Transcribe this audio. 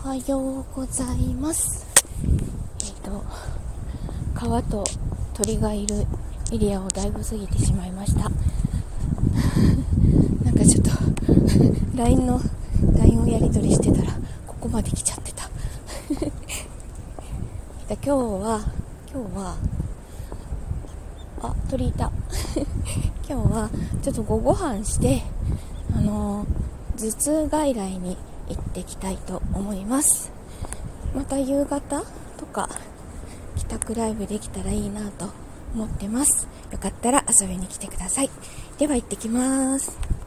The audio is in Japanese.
はようございます。川と鳥がいるエリアをだいぶ過ぎてしまいました。なんかちょっとLINE をやり取りしてたらここまで来ちゃってた。今日は鳥いた。今日はちょっと午後飯して頭痛外来に行ってきたいと思います。また夕方とか帰宅ライブできたらいいなと思ってます。よかったら遊びに来てください。では行ってきます。